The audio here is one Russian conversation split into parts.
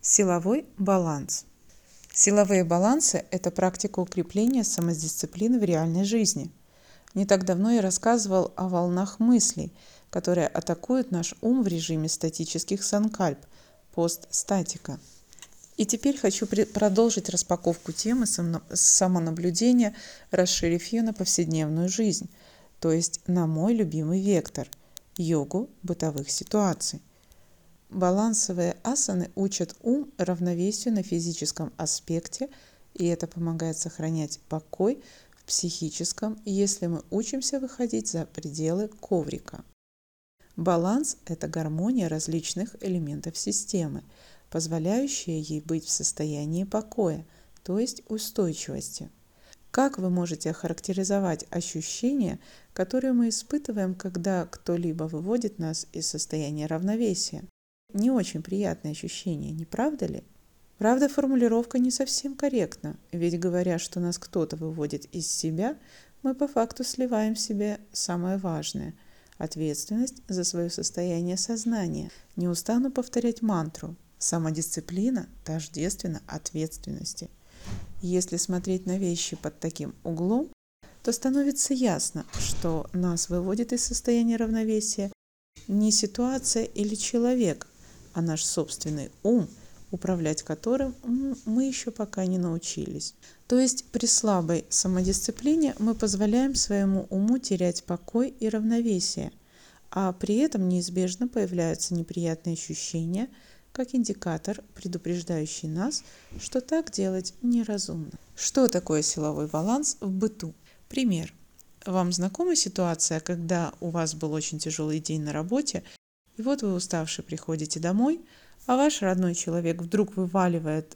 Силовой баланс. Силовые балансы– это практика укрепления самодисциплины в реальной жизни. Не так давно я рассказывал о волнах мыслей, которые атакуют наш ум в режиме статических санкальп, постстатика. И теперь хочу продолжить распаковку темы самонаблюдения, расширив ее на повседневную жизнь, то есть на мой любимый вектор – йогу бытовых ситуаций. Балансовые асаны учат ум равновесию на физическом аспекте, и это помогает сохранять покой в психическом, если мы учимся выходить за пределы коврика. Баланс – это гармония различных элементов системы, позволяющая ей быть в состоянии покоя, то есть устойчивости. Как вы можете охарактеризовать ощущения, которые мы испытываем, когда кто-либо выводит нас из состояния равновесия? Не очень приятное ощущение, не правда ли? Правда, формулировка не совсем корректна, ведь говоря, что нас кто-то выводит из себя, мы по факту сливаем в себе самое важное – ответственность за свое состояние сознания. Не устану повторять мантру – самодисциплина тождественна ответственности. Если смотреть на вещи под таким углом, то становится ясно, что нас выводит из состояния равновесия не ситуация или человек, а наш собственный ум, управлять которым мы еще пока не научились. То есть при слабой самодисциплине мы позволяем своему уму терять покой и равновесие, а при этом неизбежно появляются неприятные ощущения, как индикатор, предупреждающий нас, что так делать неразумно. Что такое силовой баланс в быту? Пример. Вам знакома ситуация, когда у вас был очень тяжелый день на работе, и вот вы уставшие приходите домой, а ваш родной человек вдруг выливает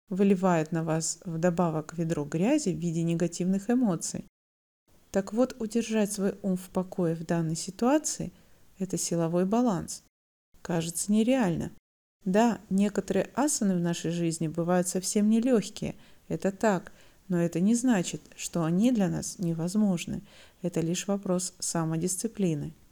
на вас вдобавок ведро грязи в виде негативных эмоций. Так вот, удержать свой ум в покое в данной ситуации – это силовой баланс. Кажется нереально. Да, некоторые асаны в нашей жизни бывают совсем нелегкие, это так, но это не значит, что они для нас невозможны. Это лишь вопрос самодисциплины.